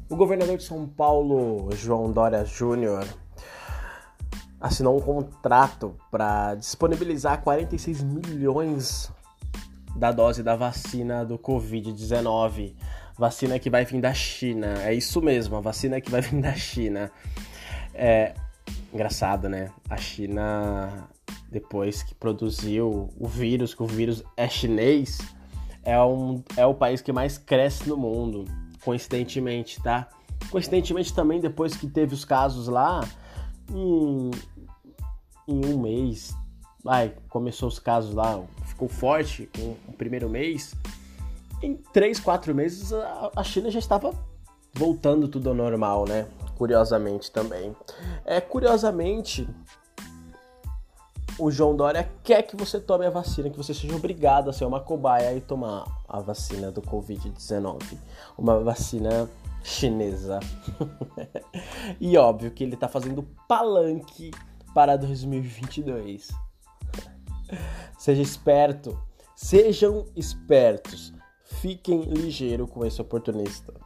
O governador de São Paulo, João Dória Júnior, assinou um contrato para disponibilizar 46 milhões da dose da vacina do Covid-19. Vacina que vai vir da China. É isso mesmo, a vacina que vai vir da China. É engraçado, né? A China, depois que produziu o vírus, que o vírus é chinês, é o país que mais cresce no mundo. Coincidentemente, tá? Coincidentemente também, depois que teve os casos lá, em um mês, começou os casos lá, ficou forte o primeiro mês, em 3, 4 meses a China já estava voltando tudo ao normal, né? Curiosamente também. Curiosamente, o João Dória quer que você tome a vacina, que você seja obrigado a ser uma cobaia e tomar a vacina do Covid-19. Uma vacina chinesa. E óbvio que ele tá fazendo palanque para 2022. Seja esperto. Sejam espertos. Fiquem ligeiros com esse oportunista.